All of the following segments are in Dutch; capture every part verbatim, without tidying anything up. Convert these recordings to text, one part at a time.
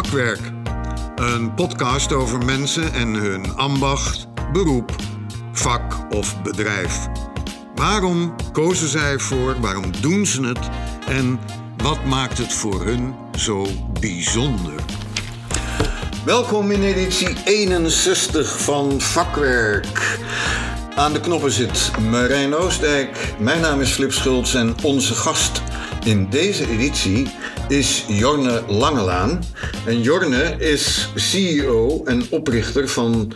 Vakwerk, een podcast over mensen en hun ambacht, beroep, vak of bedrijf. Waarom kozen zij voor, waarom doen ze het en wat maakt het voor hun zo bijzonder? Welkom in editie eenenzestig van Vakwerk. Aan de knoppen zit Marijn Oostdijk, mijn naam is Flip Schultz en onze gast in deze editie is Jorne Langelaan. En Jorne is C E O en oprichter van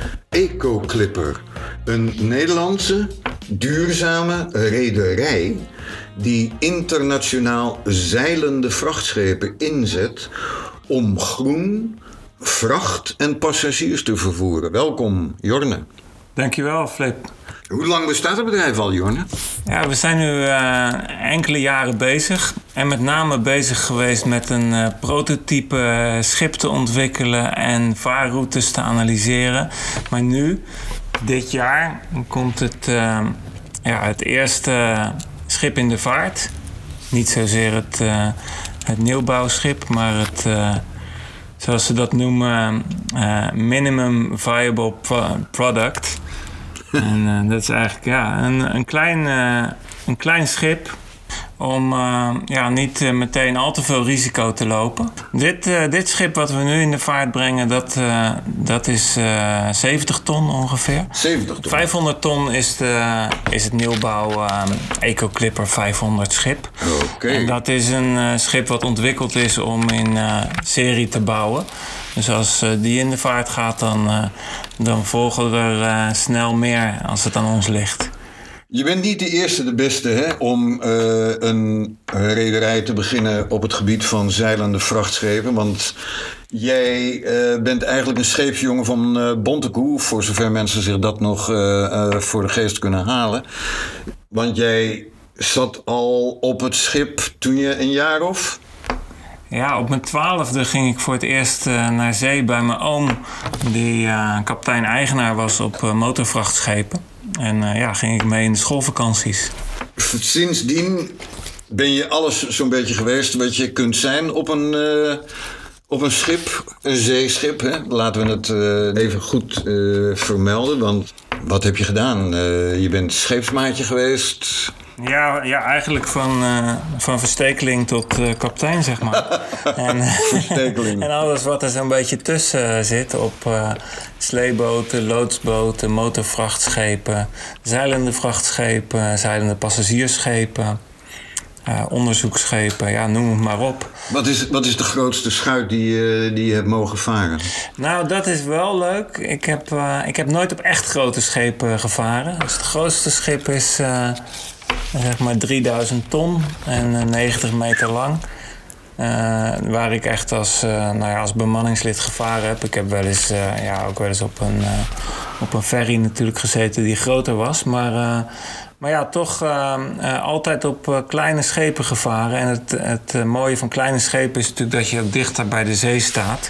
Ecoclipper, een Nederlandse duurzame rederij die internationaal zeilende vrachtschepen inzet om groen, vracht en passagiers te vervoeren. Welkom, Jorne. Dankjewel, Flip. Hoe lang bestaat het bedrijf al, Jorne? Ja, we zijn nu uh, enkele jaren bezig. En met name bezig geweest met een uh, prototype schip te ontwikkelen en vaarroutes te analyseren. Maar nu, dit jaar, komt het, uh, ja, het eerste schip in de vaart. Niet zozeer het, uh, het nieuwbouwschip, maar het, uh, zoals ze dat noemen, uh, minimum viable pro- product. En uh, dat is eigenlijk ja, een, een, klein, uh, een klein schip om uh, ja, niet uh, meteen al te veel risico te lopen. Dit, uh, dit schip wat we nu in de vaart brengen, dat, uh, dat is uh, zeventig ton ongeveer. zeventig ton? vijfhonderd ton is, de, is het nieuwbouw uh, Ecoclipper vijfhonderd schip. Okay. En dat is een uh, schip wat ontwikkeld is om in uh, serie te bouwen. Dus als uh, die in de vaart gaat, dan, uh, dan volgen er uh, snel meer als het aan ons ligt. Je bent niet de eerste, de beste hè, om uh, een rederij te beginnen op het gebied van zeilende vrachtschepen. Want jij uh, bent eigenlijk een scheepsjongen van uh, Bontekoe, voor zover mensen zich dat nog uh, uh, voor de geest kunnen halen. Want jij zat al op het schip toen je een jaar of... Ja, op mijn twaalfde ging ik voor het eerst uh, naar zee bij mijn oom, die uh, kapitein-eigenaar was op uh, motorvrachtschepen. En uh, ja, ging ik mee in de schoolvakanties. Sindsdien ben je alles zo'n beetje geweest wat je kunt zijn op een, uh, op een schip, een zeeschip. Hè? Laten we het uh, even goed uh, vermelden, want wat heb je gedaan? Uh, je bent scheepsmaatje geweest... Ja, ja, eigenlijk van, uh, van verstekeling tot uh, kapitein, zeg maar. en, verstekeling. En alles wat er zo'n beetje tussen zit op uh, sleeboten, loodsboten, motorvrachtschepen, zeilende vrachtschepen, zeilende passagiersschepen, uh, onderzoeksschepen, ja, noem het maar op. Wat is, wat is de grootste schuit die, uh, die je hebt mogen varen? Nou, dat is wel leuk. Ik heb, uh, ik heb nooit op echt grote schepen gevaren. Dus het grootste schip is... Uh, zeg maar drieduizend ton en negentig meter lang. Uh, waar ik echt als, uh, nou ja, als bemanningslid gevaren heb. Ik heb wel eens, uh, ja, ook wel eens op een, uh, op een ferry natuurlijk gezeten die groter was. Maar, uh, maar ja, toch uh, uh, altijd op uh, kleine schepen gevaren. En het, het uh, mooie van kleine schepen is natuurlijk dat je ook dichter bij de zee staat.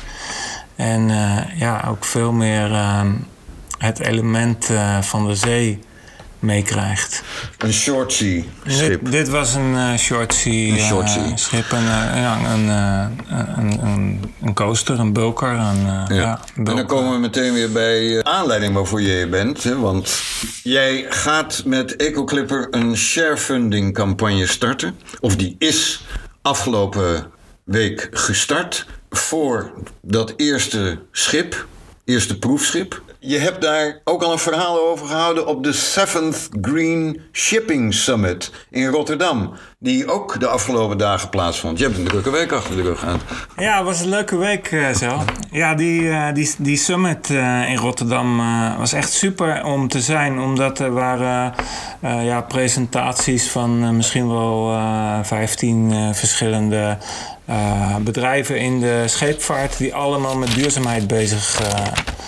En uh, ja, ook veel meer uh, het element uh, van de zee meekrijgt. Een short sea schip. Dit, dit was een uh, short sea, een short sea. Uh, schip. Een, uh, ja, een, uh, een, een, een coaster, een bulker. Een, uh, ja. Ja, bulker. En dan komen we meteen weer bij de uh, aanleiding waarvoor je hier bent. Hè? Want jij gaat met Ecoclipper een sharefunding campagne starten. Of die is afgelopen week gestart voor dat eerste schip. Eerste proefschip. Je hebt daar ook al een verhaal over gehouden op de seventh Green Shipping Summit in Rotterdam. Die ook de afgelopen dagen plaatsvond. Je hebt een drukke week achter de rug gehad. Ja, het was een leuke week uh, zo. Ja, die, uh, die, die summit uh, in Rotterdam uh, was echt super om te zijn. Omdat er waren uh, ja, presentaties van uh, misschien wel uh, vijftien uh, verschillende uh, bedrijven in de scheepvaart. Die allemaal met duurzaamheid bezig uh,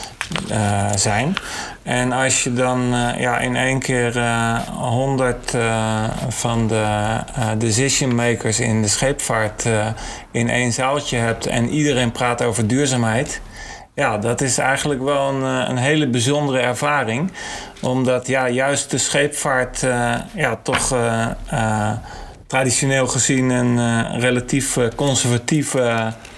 uh, zijn. En als je dan uh, ja, in één keer uh, honderd uh, van de uh, decision makers in de scheepvaart uh, in één zaaltje hebt en iedereen praat over duurzaamheid. Ja, dat is eigenlijk wel een, een hele bijzondere ervaring. Omdat ja, juist de scheepvaart uh, ja, toch uh, uh, traditioneel gezien een uh, relatief uh, conservatieve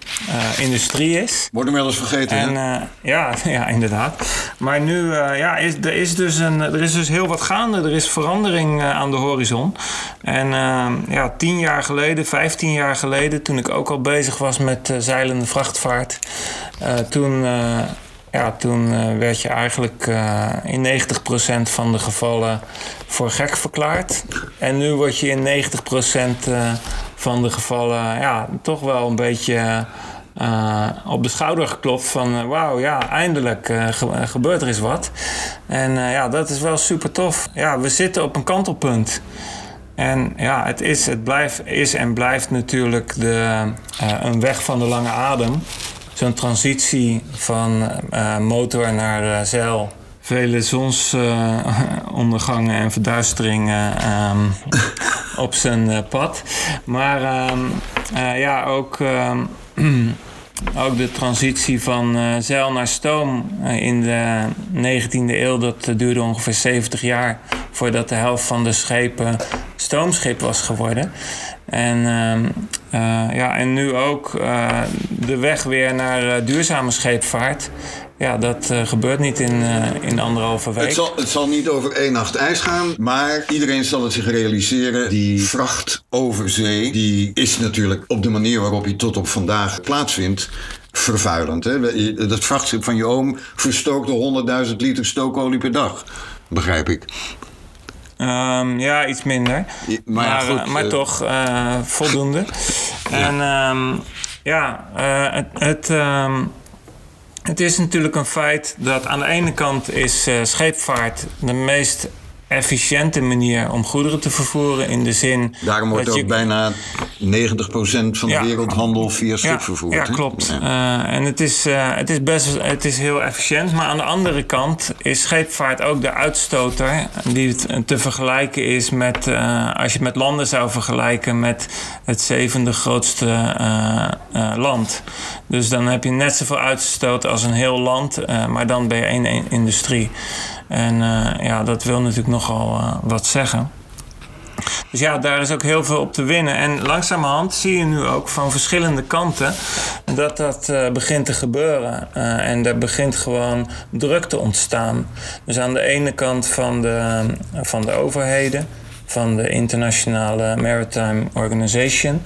uh, industrie is. Wordt hem wel eens vergeten, en, hè? Uh, ja, ja, inderdaad. Maar nu, uh, ja, is, er, is dus een, er is dus heel wat gaande. Er is verandering uh, aan de horizon. En uh, ja, tien jaar geleden, vijftien jaar geleden, toen ik ook al bezig was met uh, zeilende vrachtvaart, uh, toen... Uh, Ja, toen uh, werd je eigenlijk uh, in negentig procent van de gevallen voor gek verklaard. En nu word je in negentig procent uh, van de gevallen ja, toch wel een beetje uh, op de schouder geklopt van uh, wauw, ja, eindelijk uh, ge- gebeurt er eens wat. En uh, ja, dat is wel super tof. Ja, we zitten op een kantelpunt. En ja, het is, het blijft, is en blijft natuurlijk de, uh, een weg van de lange adem. Zo'n transitie van uh, motor naar uh, zeil. Vele zonsondergangen uh, en verduisteringen um, op zijn uh, pad. Maar um, uh, ja, ook, um, ook de transitie van uh, zeil naar stoom uh, in de negentiende eeuw. Dat uh, duurde ongeveer zeventig jaar voordat de helft van de schepen stoomschip was geworden. En, uh, uh, ja, en nu ook uh, de weg weer naar uh, duurzame scheepvaart. Ja, dat uh, gebeurt niet in, uh, in anderhalve week. Het zal, het zal niet over één nacht ijs gaan, maar iedereen zal het zich realiseren. Die vracht over zee, die is natuurlijk op de manier waarop die tot op vandaag plaatsvindt vervuilend. Hè? Dat vrachtschip van je oom verstookte honderdduizend liter stookolie per dag, begrijp ik. Um, ja, iets minder. Ja, maar, maar, goed, uh, maar uh, toch uh, voldoende. Ja. En um, ja, uh, het, het, um, het is natuurlijk een feit dat aan de ene kant is uh, scheepvaart de meest efficiënte manier om goederen te vervoeren in de zin... Daarom wordt dat ook je... bijna negentig procent van de ja. wereldhandel via schip ja, vervoerd. Ja, hè? klopt. Ja. Uh, en het is, uh, het is best het is heel efficiënt. Maar aan de andere kant is scheepvaart ook de uitstoter die te vergelijken is met... Uh, als je het met landen zou vergelijken met het zevende grootste uh, uh, land. Dus dan heb je net zoveel uitstoot als een heel land. Uh, maar dan ben je één industrie. En uh, ja, dat wil natuurlijk nogal uh, wat zeggen. Dus ja, daar is ook heel veel op te winnen. En langzamerhand zie je nu ook van verschillende kanten dat dat uh, begint te gebeuren. Uh, en er begint gewoon druk te ontstaan. Dus aan de ene kant van de, uh, van de overheden, van de Internationale Maritime Organization,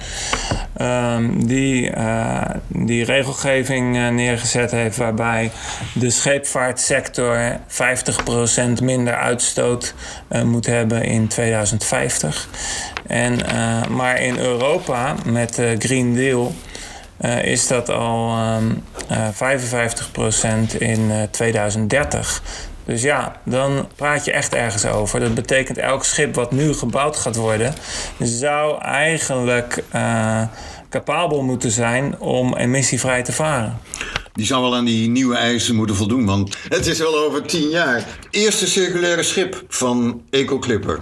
um, die, uh, die regelgeving uh, neergezet heeft waarbij de scheepvaartsector vijftig procent minder uitstoot uh, moet hebben in tweeduizend vijftig. En, uh, maar in Europa met de Green Deal uh, is dat al um, uh, vijfenvijftig procent in uh, tweeduizend dertig. Dus ja, dan praat je echt ergens over. Dat betekent elk schip wat nu gebouwd gaat worden, zou eigenlijk uh, capabel moeten zijn om emissievrij te varen. Die zou wel aan die nieuwe eisen moeten voldoen, want het is wel over tien jaar. Het eerste circulaire schip van Ecoclipper.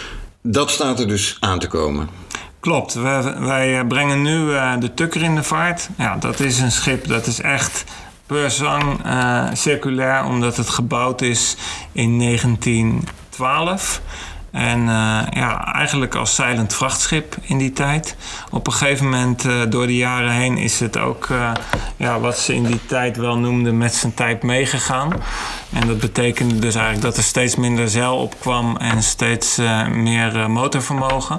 Dat staat er dus aan te komen. Klopt, wij, wij brengen nu uh, de Tukker in de vaart. Ja, dat is een schip dat is echt per zang uh, circulair, omdat het gebouwd is in negentien twaalf. En uh, ja, eigenlijk als zeilend vrachtschip in die tijd. Op een gegeven moment uh, door de jaren heen is het ook uh, ja, wat ze in die tijd wel noemden met zijn tijd meegegaan. En dat betekende dus eigenlijk dat er steeds minder zeil opkwam en steeds uh, meer uh, motorvermogen.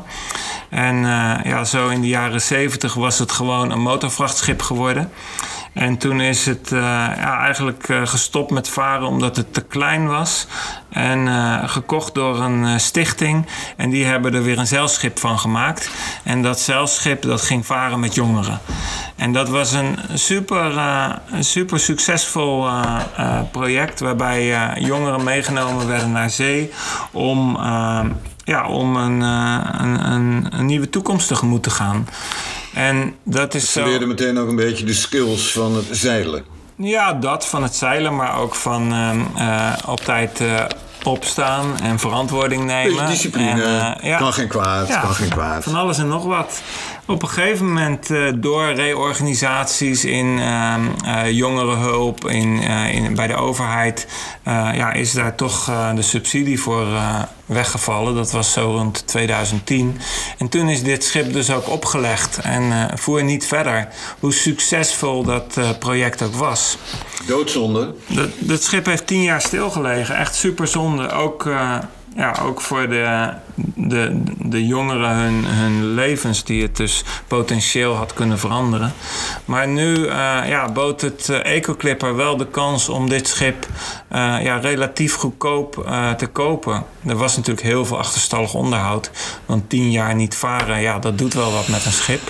En uh, ja, zo in de jaren zeventig was het gewoon een motorvrachtschip geworden. En toen is het uh, ja, eigenlijk uh, gestopt met varen omdat het te klein was. En uh, gekocht door een uh, stichting. En die hebben er weer een zeilschip van gemaakt. En dat zeilschip dat ging varen met jongeren. En dat was een super, uh, super succesvol uh, uh, project. Waarbij uh, jongeren meegenomen werden naar zee om... Uh, Ja, om een, uh, een, een, een nieuwe toekomst tegemoet te gaan. En dat is Ze zo... leerden meteen ook een beetje de skills van het zeilen. Ja, dat van het zeilen, maar ook van uh, uh, op tijd uh, opstaan en verantwoording nemen. Beetje discipline, en, uh, ja. kan geen kwaad, ja, kan geen kwaad. Van alles en nog wat. Op een gegeven moment uh, door reorganisaties in uh, uh, jongerenhulp, in, uh, in, bij de overheid, uh, ja, is daar toch uh, de subsidie voor uh, weggevallen. Dat was zo rond tweeduizend tien. En toen is dit schip dus ook opgelegd en uh, voer niet verder. Hoe succesvol dat uh, project ook was. Doodzonde. Dat, dat schip heeft tien jaar stilgelegen. Echt super zonde. Ook... Uh, Ja, ook voor de, de, de jongeren hun, hun levens die het dus potentieel had kunnen veranderen. Maar nu uh, ja, bood het uh, Ecoclipper wel de kans om dit schip uh, ja, relatief goedkoop uh, te kopen. Er was natuurlijk heel veel achterstallig onderhoud. Want tien jaar niet varen, ja, dat doet wel wat met een schip.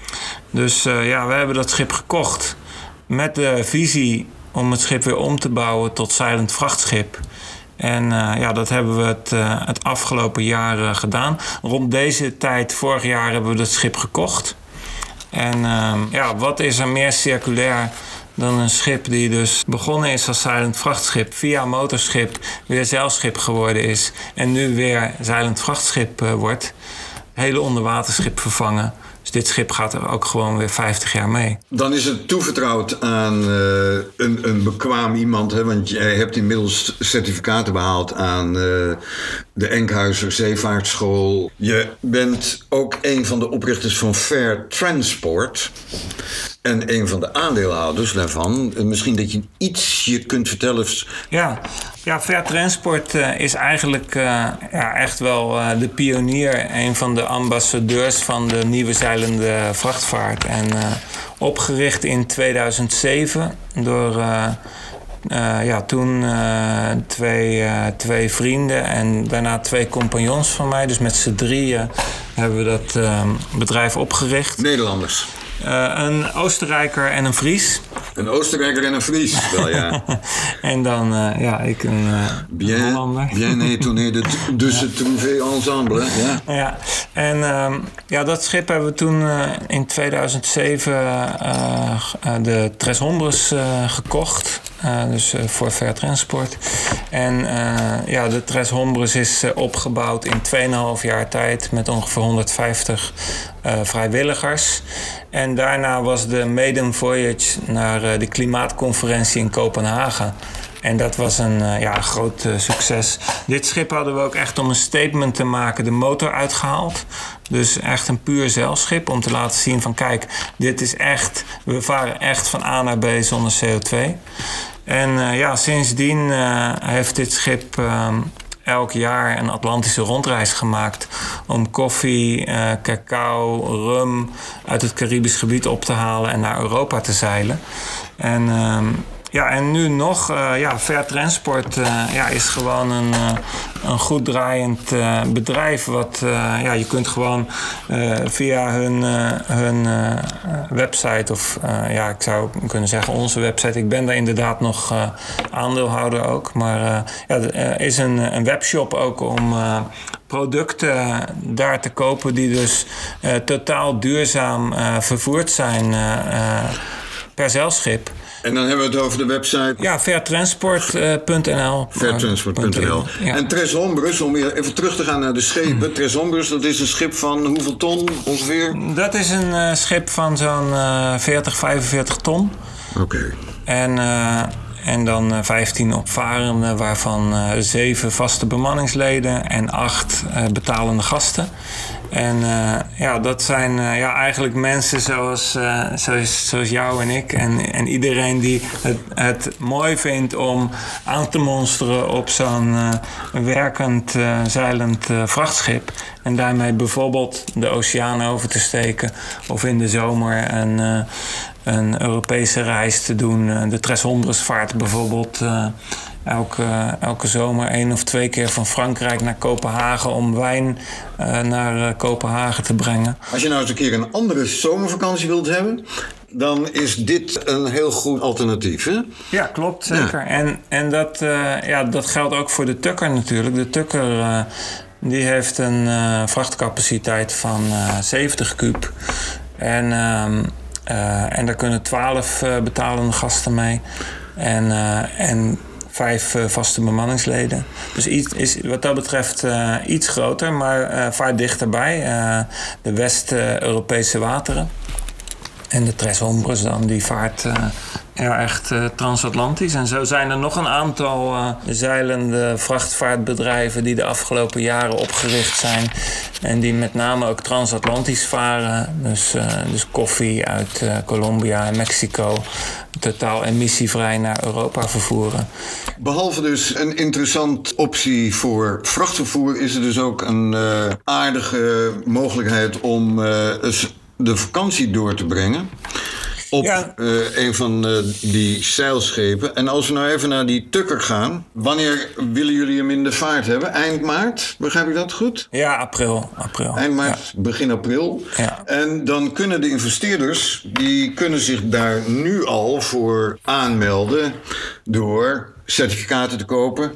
Dus uh, ja, we hebben dat schip gekocht met de visie om het schip weer om te bouwen tot zeilend vrachtschip. En uh, ja, dat hebben we het, uh, het afgelopen jaar uh, gedaan. Rond deze tijd, vorig jaar, hebben we dat schip gekocht. En uh, ja, wat is er meer circulair dan een schip die dus begonnen is als zeilend vrachtschip, via motorschip weer zeilschip geworden is en nu weer zeilend vrachtschip uh, wordt. Hele onderwaterschip vervangen. Dus dit schip gaat er ook gewoon weer vijftig jaar mee. Dan is het toevertrouwd aan uh, een, een bekwaam iemand. Hè? Want jij hebt inmiddels certificaten behaald aan uh, de Enkhuizer Zeevaartschool. Je bent ook een van de oprichters van Fair Transport. En een van de aandeelhouders daarvan. Misschien dat je iets je kunt vertellen. Ja, ja Fair Transport uh, is eigenlijk uh, ja, echt wel uh, de pionier. Een van de ambassadeurs van de nieuwe zeilende vrachtvaart. En uh, opgericht in tweeduizend zeven door uh, uh, ja, toen uh, twee, uh, twee vrienden en daarna twee compagnons van mij. Dus met z'n drieën hebben we dat uh, bedrijf opgericht. Nederlanders. Uh, een Oostenrijker en een Fries. Een Oostenrijker en een Fries, wel ja. En dan, uh, ja, ik een uh, bien, Hollander. Bien étonné de, de ce trouvé ensemble, ja. Ja, en uh, ja, dat schip hebben we toen uh, in tweeduizend zeven uh, de Tres Hombres uh, gekocht. Uh, dus uh, voor Fair Transport. En uh, ja, de Tres Hombres is uh, opgebouwd in twee komma vijf jaar tijd met ongeveer honderdvijftig uh, vrijwilligers. En daarna was de maiden voyage naar uh, de klimaatconferentie in Kopenhagen. En dat was een uh, ja, groot uh, succes. Dit schip hadden we ook echt om een statement te maken de motor uitgehaald. Dus echt een puur zeilschip om te laten zien van kijk, dit is echt, we varen echt van A naar B zonder C O twee. En uh, ja, sindsdien uh, heeft dit schip uh, elk jaar een Atlantische rondreis gemaakt om koffie, uh, cacao, rum uit het Caribisch gebied op te halen en naar Europa te zeilen. En uh, Ja, en nu nog, uh, ja, Fair Transport uh, ja, is gewoon een, uh, een goed draaiend uh, bedrijf. Wat, uh, ja, je kunt gewoon uh, via hun, uh, hun uh, website, of uh, ja, ik zou kunnen zeggen onze website. Ik ben daar inderdaad nog uh, aandeelhouder ook. Maar uh, ja, er is een, een webshop ook om uh, producten daar te kopen die dus uh, totaal duurzaam uh, vervoerd zijn uh, uh, per zeilschip. En dan hebben we het over de website... Ja, fairtransport punt n l. fairtransport punt n l. Ja. En Tres Hombres, om even terug te gaan naar de schepen. Hmm. Tres Hombres, dat is een schip van hoeveel ton ongeveer? Dat is een uh, schip van zo'n uh, veertig, vijfenveertig ton. Oké. Okay. En... Uh, En dan uh, vijftien opvarenden, waarvan uh, zeven vaste bemanningsleden en acht uh, betalende gasten. En uh, ja, dat zijn uh, ja, eigenlijk mensen zoals, uh, zoals, zoals jou en ik. En, en iedereen die het, het mooi vindt om aan te monsteren op zo'n uh, werkend, uh, zeilend uh, vrachtschip. En daarmee bijvoorbeeld de oceaan over te steken. Of in de zomer een... Uh, een Europese reis te doen. De Tres Hombres vaart bijvoorbeeld uh, elke, uh, elke zomer één of twee keer van Frankrijk naar Kopenhagen om wijn uh, naar uh, Kopenhagen te brengen. Als je nou eens een keer een andere zomervakantie wilt hebben, dan is dit een heel goed alternatief, hè? Ja, klopt, zeker. Ja. En, en dat, uh, ja, dat geldt ook voor de Tukker natuurlijk. De Tukker uh, die heeft een uh, vrachtcapaciteit van uh, zeventig kuub. En... Uh, Uh, en daar kunnen twaalf uh, betalende gasten mee. En, uh, en vijf uh, vaste bemanningsleden. Dus iets is wat dat betreft uh, iets groter, maar uh, vaart dichterbij. Uh, de West-Europese wateren. En de Tres Hombres dan, die vaart uh, Ja, echt uh, transatlantisch. En zo zijn er nog een aantal uh, zeilende vrachtvaartbedrijven die de afgelopen jaren opgericht zijn. En die met name ook transatlantisch varen. Dus, uh, dus koffie uit uh, Colombia en Mexico totaal emissievrij naar Europa vervoeren. Behalve dus een interessant optie voor vrachtvervoer is er dus ook een uh, aardige mogelijkheid om uh, de vakantie door te brengen op ja. uh, een van uh, die zeilschepen. En als we nou even naar die Tukker gaan, wanneer willen jullie hem in de vaart hebben? Eind maart, begrijp ik dat goed? Ja, april. april. Eind maart, ja. begin april. Ja. En dan kunnen de investeerders, die kunnen zich daar nu al voor aanmelden door certificaten te kopen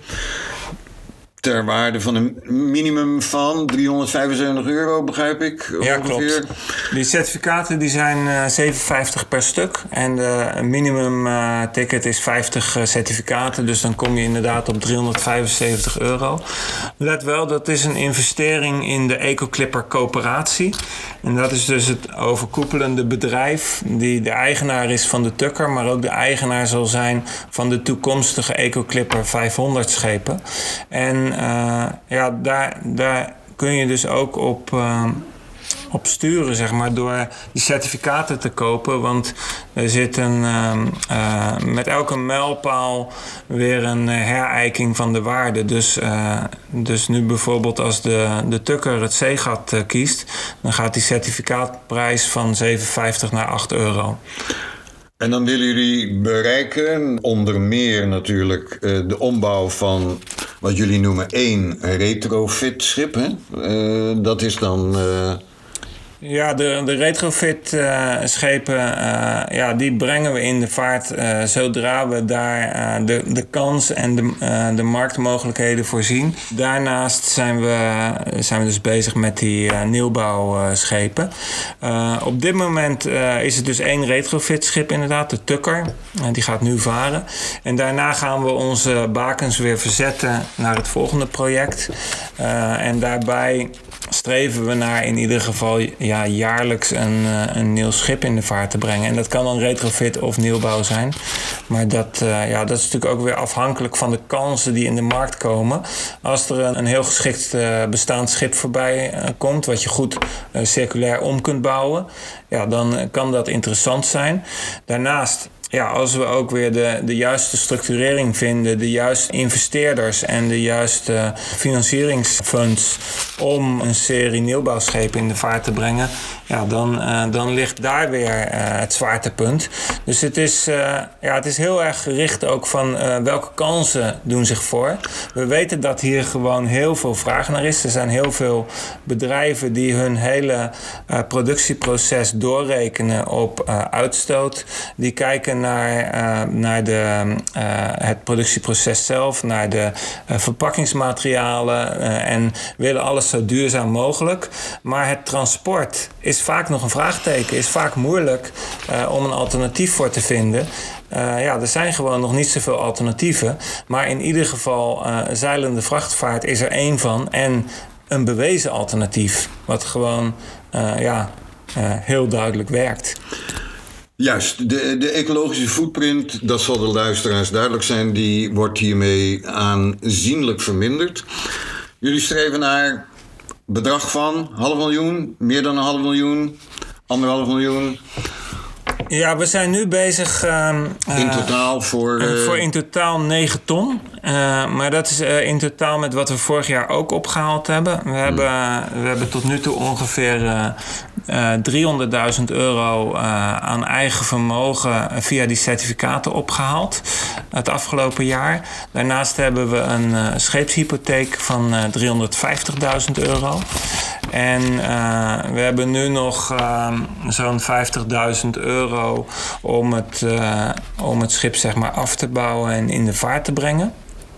ter waarde van een minimum van driehonderdvijfenzeventig euro, begrijp ik. Ja, ongeveer. Klopt. Die certificaten die zijn uh, zevenenvijftig per stuk. En de minimum uh, ticket is vijftig uh, certificaten. Dus dan kom je inderdaad op driehonderdvijfenzeventig euro. Let wel, dat is een investering in de Ecoclipper Coöperatie. En dat is dus het overkoepelende bedrijf die de eigenaar is van de Tukker, maar ook de eigenaar zal zijn van de toekomstige Ecoclipper vijfhonderd schepen. En uh, ja, daar, daar kun je dus ook op, uh, op sturen, zeg maar, door die certificaten te kopen. Want er zit een, uh, uh, met elke mijlpaal weer een herijking van de waarde. Dus, uh, dus nu bijvoorbeeld als de, de Tukker het zeegat uh, kiest, dan gaat die certificaatprijs van zeven vijftig naar acht euro. En dan willen jullie bereiken, onder meer natuurlijk, uh, de ombouw van wat jullie noemen één retrofit schip. Hè? Uh, dat is dan... Uh... Ja, de, de retrofit uh, schepen, uh, ja, die brengen we in de vaart uh, zodra we daar uh, de, de kans en de, uh, de marktmogelijkheden voorzien. Daarnaast zijn we, zijn we dus bezig met die uh, nieuwbouwschepen. Uh, op dit moment uh, is het dus één retrofit schip inderdaad, de Tukker. Uh, die gaat nu varen. En daarna gaan we onze bakens weer verzetten naar het volgende project. Uh, en daarbij streven we naar in ieder geval ja, jaarlijks een, een nieuw schip in de vaart te brengen. En dat kan dan retrofit of nieuwbouw zijn. Maar dat, uh, ja, dat is natuurlijk ook weer afhankelijk van de kansen die in de markt komen. Als er een, een heel geschikt uh, bestaand schip voorbij uh, komt, wat je goed uh, circulair om kunt bouwen, ja, dan uh, kan dat interessant zijn. Daarnaast, ja, als we ook weer de, de juiste structurering vinden, de juiste investeerders en de juiste financieringsfunds om een serie nieuwbouwschepen in de vaart te brengen, ja, dan, uh, dan ligt daar weer uh, het zwaartepunt. Dus het is, uh, ja, het is heel erg gericht ook van uh, welke kansen doen zich voor. We weten dat hier gewoon heel veel vraag naar is. Er zijn heel veel bedrijven die hun hele uh, productieproces doorrekenen op uh, uitstoot. Die kijken naar, uh, naar de, uh, het productieproces zelf, naar de uh, verpakkingsmaterialen uh, en willen alles zo duurzaam mogelijk. Maar het transport is vaak nog een vraagteken, is vaak moeilijk uh, om een alternatief voor te vinden. Uh, ja, er zijn gewoon nog niet zoveel alternatieven. Maar in ieder geval, uh, zeilende vrachtvaart is er één van. En een bewezen alternatief, wat gewoon uh, ja, uh, heel duidelijk werkt. Juist, de, de ecologische footprint, dat zal de luisteraars duidelijk zijn, die wordt hiermee aanzienlijk verminderd. Jullie streven naar bedrag van half miljoen, meer dan een half miljoen, anderhalf miljoen. Ja, we zijn nu bezig uh, in totaal voor... Uh... voor in totaal negen ton. Uh, maar dat is uh, in totaal met wat we vorig jaar ook opgehaald hebben. We, hmm. hebben, we hebben tot nu toe ongeveer uh, uh, driehonderdduizend euro uh, aan eigen vermogen via die certificaten opgehaald het afgelopen jaar. Daarnaast hebben we een uh, scheepshypotheek van uh, driehonderdvijftigduizend euro. En uh, we hebben nu nog uh, zo'n vijftigduizend euro om het, uh, om het schip zeg maar af te bouwen en in de vaart te brengen.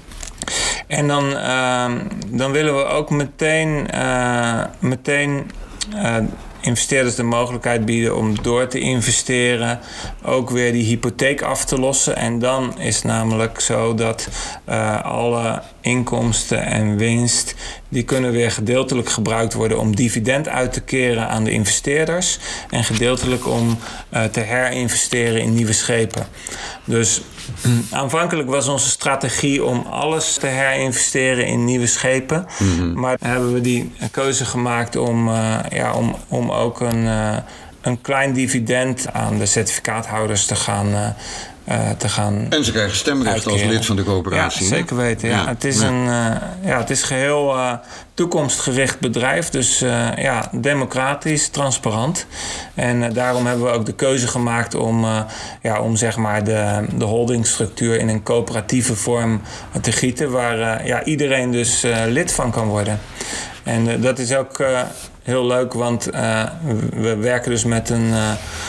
En dan, uh, dan willen we ook meteen, uh, meteen uh, investeerders de mogelijkheid bieden om door te investeren, ook weer die hypotheek af te lossen. En dan is het namelijk zo dat uh, alle inkomsten en winst, die kunnen weer gedeeltelijk gebruikt worden om dividend uit te keren aan de investeerders en gedeeltelijk om uh, te herinvesteren in nieuwe schepen. Dus aanvankelijk was onze strategie om alles te herinvesteren in nieuwe schepen. Mm-hmm. Maar hebben we die keuze gemaakt om, uh, ja, om, om ook een, uh, een klein dividend aan de certificaathouders te gaan uh, Uh, te gaan en ze krijgen stemrecht uitkeren. Als lid van de coöperatie. Ja, zeker weten. Ja. Ja. Het, is ja. Een, uh, ja, het is geheel uh, toekomstgericht bedrijf. Dus uh, ja, democratisch, transparant. En uh, daarom hebben we ook de keuze gemaakt om, uh, ja, om zeg maar de, de holdingstructuur in een coöperatieve vorm te gieten. Waar uh, ja, iedereen dus uh, lid van kan worden. En uh, dat is ook uh, heel leuk, want uh, we werken dus met een... Uh,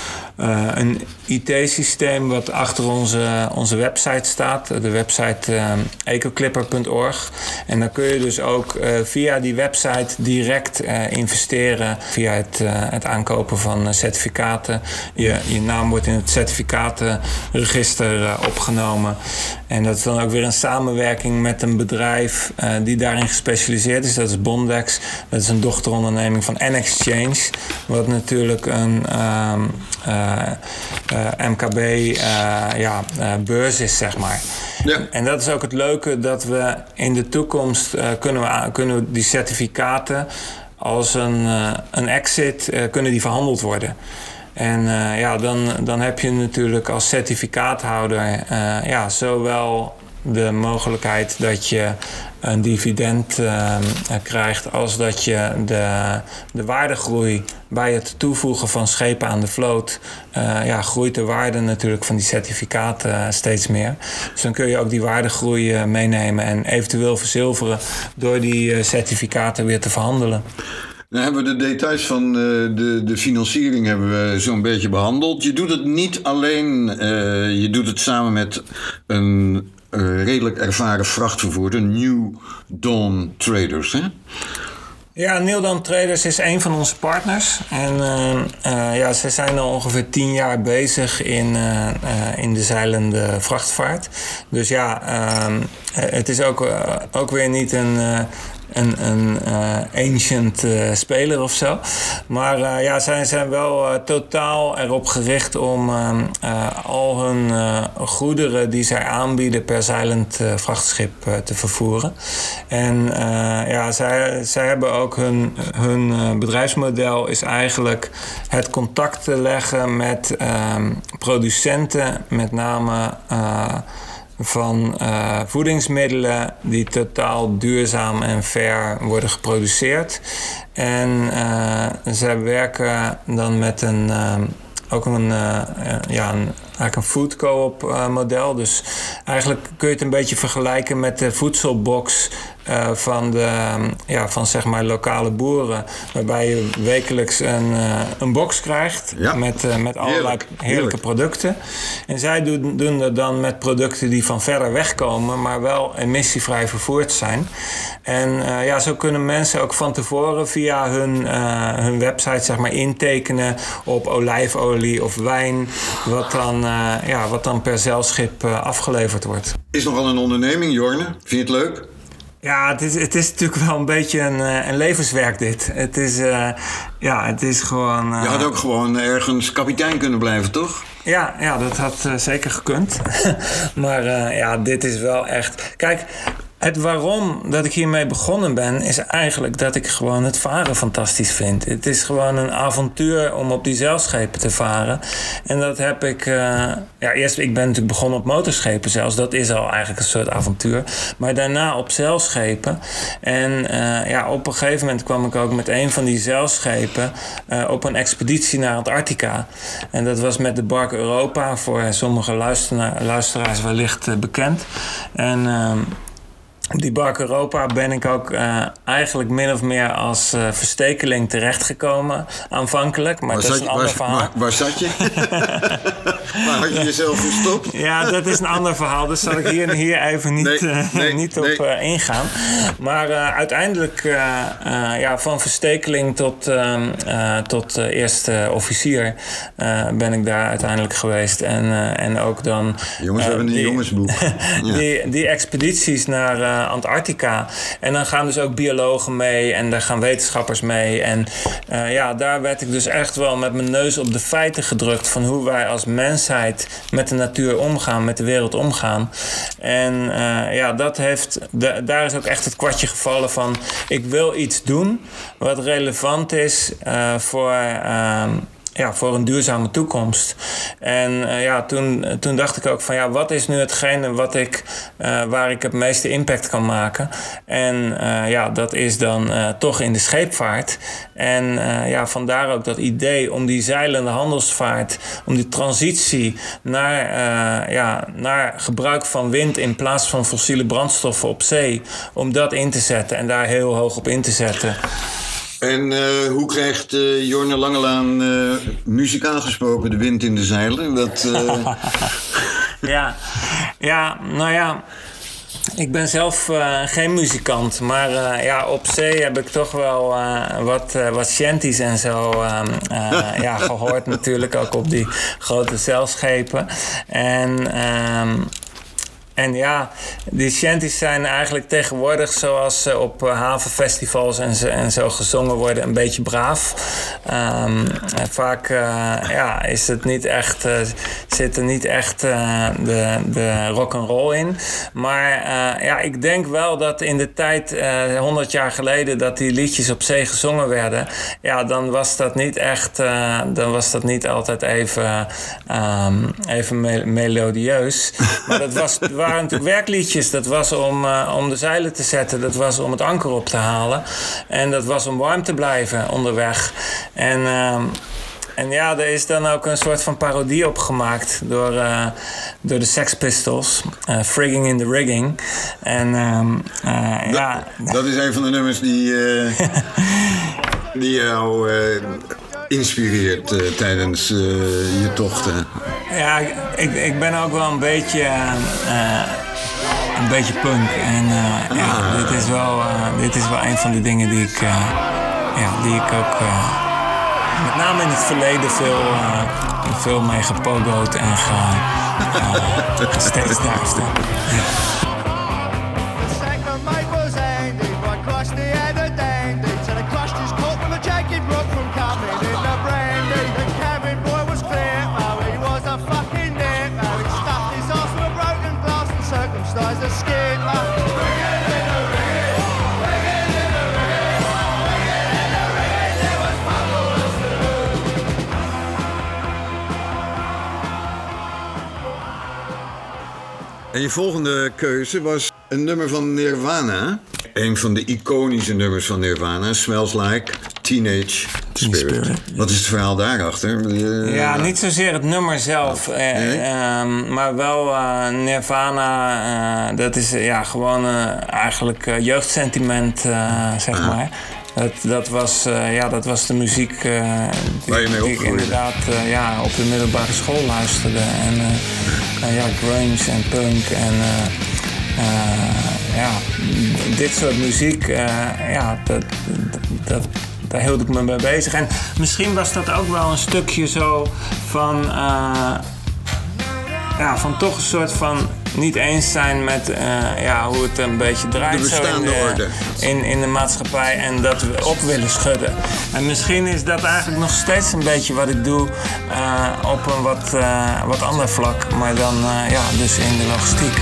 Uh, een I T-systeem wat achter onze, onze website staat. De website uh, ecoclipper punt org. En dan kun je dus ook uh, via die website direct uh, investeren. Via het, uh, het aankopen van uh, certificaten. Je, je naam wordt in het certificatenregister uh, opgenomen. En dat is dan ook weer een samenwerking met een bedrijf uh, die daarin gespecialiseerd is. Dat is Bondex. Dat is een dochteronderneming van N-Exchange. Wat natuurlijk een... Uh, uh, Uh, uh, M K B uh, ja, uh, beurs is, zeg maar. Ja. En dat is ook het leuke, dat we in de toekomst uh, kunnen, we, kunnen we die certificaten als een, uh, een exit uh, kunnen die verhandeld worden. En uh, ja, dan, dan heb je natuurlijk als certificaathouder uh, ja, zowel de mogelijkheid dat je een dividend uh, krijgt als dat je de, de waardegroei bij het toevoegen van schepen aan de vloot, uh, ja, groeit de waarde natuurlijk van die certificaten uh, steeds meer. Dus dan kun je ook die waardegroei uh, meenemen en eventueel verzilveren door die uh, certificaten weer te verhandelen. Dan hebben we de details van uh, de, de financiering hebben we zo'n beetje behandeld. Je doet het niet alleen, uh, je doet het samen met een uh, redelijk ervaren vrachtvervoerder, New Dawn Traders, hè? Ja, New Dawn Traders is een van onze partners. En uh, uh, ja, ze zijn al ongeveer tien jaar bezig in, uh, uh, in de zeilende vrachtvaart. Dus ja, uh, het is ook, uh, ook weer niet een... Uh, een, een uh, ancient uh, speler of zo. Maar uh, ja, zij zijn wel uh, totaal erop gericht om uh, uh, al hun uh, goederen die zij aanbieden per zeilend uh, vrachtschip uh, te vervoeren. En uh, ja, zij, zij hebben ook hun, hun uh, bedrijfsmodel is eigenlijk het contact te leggen met uh, producenten, met name uh, van uh, voedingsmiddelen die totaal duurzaam en fair worden geproduceerd. En uh, ze werken dan met een, uh, ook een, uh, ja, een, eigenlijk een food co-op uh, model. Dus eigenlijk kun je het een beetje vergelijken met de voedselbox Uh, van, de, ja, van zeg maar lokale boeren. Waarbij je wekelijks een, uh, een box krijgt ja. met, uh, met allerlei heerlijk, heerlijke heerlijk. producten. En zij doen, doen dat dan met producten die van verder weg komen, maar wel emissievrij vervoerd zijn. En uh, ja, zo kunnen mensen ook van tevoren via hun, uh, hun website zeg maar intekenen op olijfolie of wijn, wat dan, uh, ja, wat dan per zeilschip uh, afgeleverd wordt. Is nogal een onderneming, Jorne. Vind je het leuk? Ja, het is, het is natuurlijk wel een beetje een, een levenswerk dit. Het is, uh, ja, het is gewoon... Uh... Je had ook gewoon ergens kapitein kunnen blijven, toch? Ja, ja, dat had uh, zeker gekund. maar uh, ja, dit is wel echt... Kijk, het waarom dat ik hiermee begonnen ben, is eigenlijk dat ik gewoon het varen fantastisch vind. Het is gewoon een avontuur om op die zeilschepen te varen. En dat heb ik... Uh, ja, eerst, ik ben natuurlijk begonnen op motorschepen zelfs. Dat is al eigenlijk een soort avontuur. Maar daarna op zeilschepen. En uh, ja, op een gegeven moment kwam ik ook met een van die zeilschepen uh, op een expeditie naar Antarctica. En dat was met de Bark Europa, voor sommige luistera- luisteraars wellicht uh, bekend. En... Uh, Die Bark Europa ben ik ook uh, eigenlijk min of meer als uh, verstekeling terechtgekomen aanvankelijk. Maar waar dat is een ander waar, verhaal. Waar, waar zat je? Maar had je jezelf verstopt? Ja, dat is een ander verhaal. Dus zal ik hier, hier even niet, nee, uh, nee, niet op nee. uh, ingaan. Maar uh, uiteindelijk, uh, uh, ja, van verstekeling tot, uh, uh, tot uh, eerste officier uh, ben ik daar uiteindelijk geweest. En, uh, en ook dan... Jongens, uh, we hebben een die, jongensboek. Ja. die, die expedities naar uh, Antarctica. En dan gaan dus ook biologen mee en daar gaan wetenschappers mee. En uh, ja, daar werd ik dus echt wel met mijn neus op de feiten gedrukt van hoe wij als mensheid met de natuur omgaan, met de wereld omgaan. En uh, ja, dat heeft, de, daar is ook echt het kwartje gevallen van ik wil iets doen wat relevant is uh, voor... Uh, Ja, voor een duurzame toekomst. En uh, ja, toen, toen dacht ik ook van ja, wat is nu hetgene wat ik, uh, waar ik het meeste impact kan maken? En uh, ja, dat is dan uh, toch in de scheepvaart. En uh, ja, vandaar ook dat idee om die zeilende handelsvaart, om die transitie naar, uh, ja, naar gebruik van wind in plaats van fossiele brandstoffen op zee, om dat in te zetten en daar heel hoog op in te zetten. En uh, hoe krijgt uh, Jorne Langelaan uh, muzikaal gesproken de wind in de zeilen? Dat, uh... ja. ja, nou ja... Ik ben zelf uh, geen muzikant, maar uh, ja, op zee heb ik toch wel uh, wat, uh, wat shanties en zo uh, uh, ja, gehoord natuurlijk, ook op die grote zeilschepen. En... Uh, En ja, die shanties zijn eigenlijk tegenwoordig zoals ze op uh, havenfestivals en zo, en zo gezongen worden, een beetje braaf. Um, en vaak uh, ja, is het niet echt, uh, zit er niet echt uh, de, de rock'n'roll in. Maar uh, ja, ik denk wel dat in de tijd, uh, honderd jaar geleden, dat die liedjes op zee gezongen werden. Ja, dan was dat niet echt, uh, dan was dat niet altijd even, um, even me- melodieus. Maar dat was... waren natuurlijk werkliedjes. Dat was om, uh, om de zeilen te zetten. Dat was om het anker op te halen. En dat was om warm te blijven onderweg. En, uh, en ja, er is dan ook een soort van parodie op gemaakt door, uh, door de Sex Pistols. Uh, Frigging in the Rigging. En uh, uh, dat, ja... Dat is een van de nummers die, uh, die jou... Uh, inspireert uh, tijdens uh, je tochten? Ja, ik, ik ben ook wel een beetje uh, een beetje punk en uh, ah. ja, dit is wel uh, dit is wel een van de dingen die ik uh, ja, die ik ook uh, met name in het verleden veel uh, veel mee gepogoed en ga uh, steeds daar staan. Ja. En je volgende keuze was een nummer van Nirvana. Een van de iconische nummers van Nirvana, Smells Like Teenage Spirit. Spirit. Wat is het verhaal daarachter? Uh, ja, niet zozeer het nummer zelf, uh, nee? uh, maar wel uh, Nirvana. Uh, dat is uh, ja, gewoon uh, eigenlijk uh, jeugdsentiment, uh, zeg ah. maar. Dat, dat, was, uh, ja, dat was de muziek uh, die, die ik inderdaad uh, ja, op de middelbare school luisterde. En uh, uh, ja, grunge en punk en uh, uh, ja, dit soort muziek, uh, ja, dat, dat, daar hield ik me mee bezig. En misschien was dat ook wel een stukje zo van, uh, ja, van toch een soort van niet eens zijn met uh, ja, hoe het een beetje draait de bestaande zo in, de, orde. In, in de maatschappij en dat we op willen schudden. En misschien is dat eigenlijk nog steeds een beetje wat ik doe uh, op een wat, uh, wat ander vlak, maar dan uh, ja, dus in de logistiek.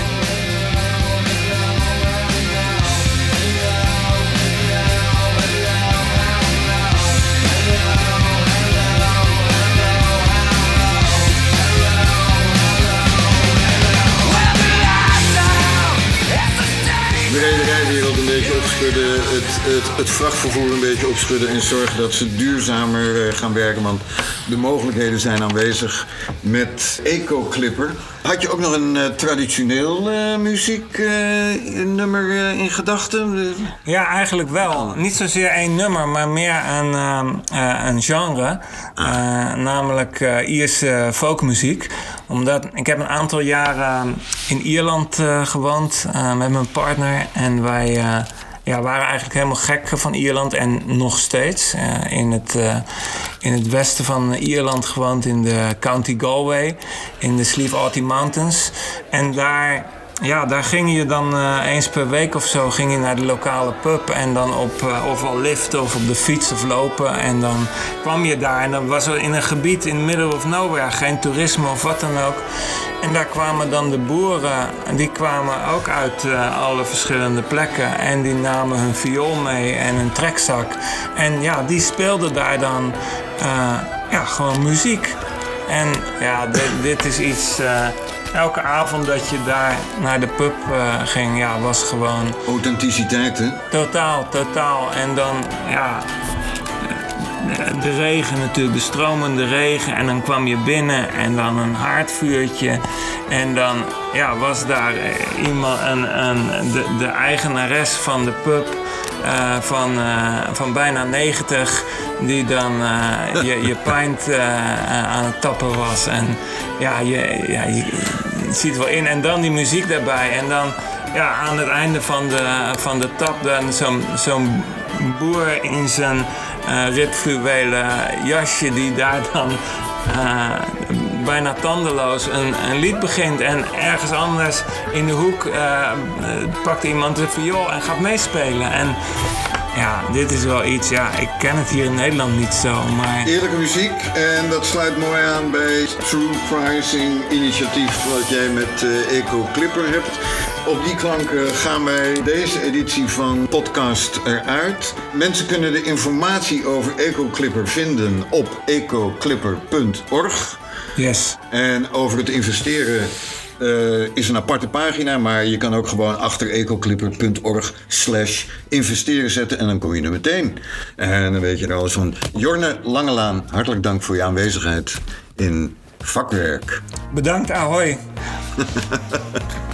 We reden bakkerijwereld een beetje opschudden, het, het, het vrachtvervoer een beetje opschudden en zorgen dat ze duurzamer uh, gaan werken. Want de mogelijkheden zijn aanwezig met Ecoclipper. Had je ook nog een uh, traditioneel uh, muzieknummer uh, uh, in gedachten? Ja, eigenlijk wel. Niet zozeer één nummer, maar meer een, uh, uh, een genre. Uh, namelijk uh, Ierse folkmuziek. Omdat ik heb een aantal jaren in Ierland uh, gewoond uh, met mijn partner. En wij uh, ja, waren eigenlijk helemaal gek van Ierland. En nog steeds. Uh, in, het, uh, in het westen van Ierland gewoond in de County Galway. In de Slieve Aughty Mountains. En daar... Ja, daar ging je dan uh, eens per week of zo ging je naar de lokale pub en dan op uh, ofwel liften of op de fiets of lopen. En dan kwam je daar en dan was er in een gebied in the middle of nowhere, geen toerisme of wat dan ook. En daar kwamen dan de boeren, die kwamen ook uit uh, alle verschillende plekken. En die namen hun viool mee en een trekzak. En ja, die speelden daar dan uh, ja, gewoon muziek. En ja, dit, dit is iets... Uh, Elke avond dat je daar naar de pub uh, ging, ja, was gewoon... Authenticiteit, hè? Totaal, totaal. En dan, ja... De regen natuurlijk, de stromende regen. En dan kwam je binnen en dan een haardvuurtje. En dan ja, was daar iemand, een, een, de, de eigenares van de pub... Uh, van, uh, van bijna negentig, die dan uh, je, je pint uh, uh, aan het tappen was. En ja, je, ja je, je ziet wel in. En dan die muziek daarbij. En dan ja, aan het einde van de, van de tap dan zo'n, zo'n boer in zijn uh, ribfluwelen jasje die daar dan... Uh, bijna tandeloos een, een lied begint en ergens anders in de hoek uh, pakt iemand de viool en gaat meespelen. En ja, dit is wel iets, ja, ik ken het hier in Nederland niet zo, maar... Eerlijke muziek en dat sluit mooi aan bij het True Pricing initiatief wat jij met uh, Ecoclipper hebt. Op die klanken gaan wij deze editie van podcast eruit. Mensen kunnen de informatie over Ecoclipper vinden op ecoclipper punt org. Yes. En over het investeren uh, is een aparte pagina, maar je kan ook gewoon achter ecoclipper punt org slash investeren zetten en dan kom je er meteen. En dan weet je er alles van. Jorne Langelaan, hartelijk dank voor je aanwezigheid in Vakwerk. Bedankt, ahoi.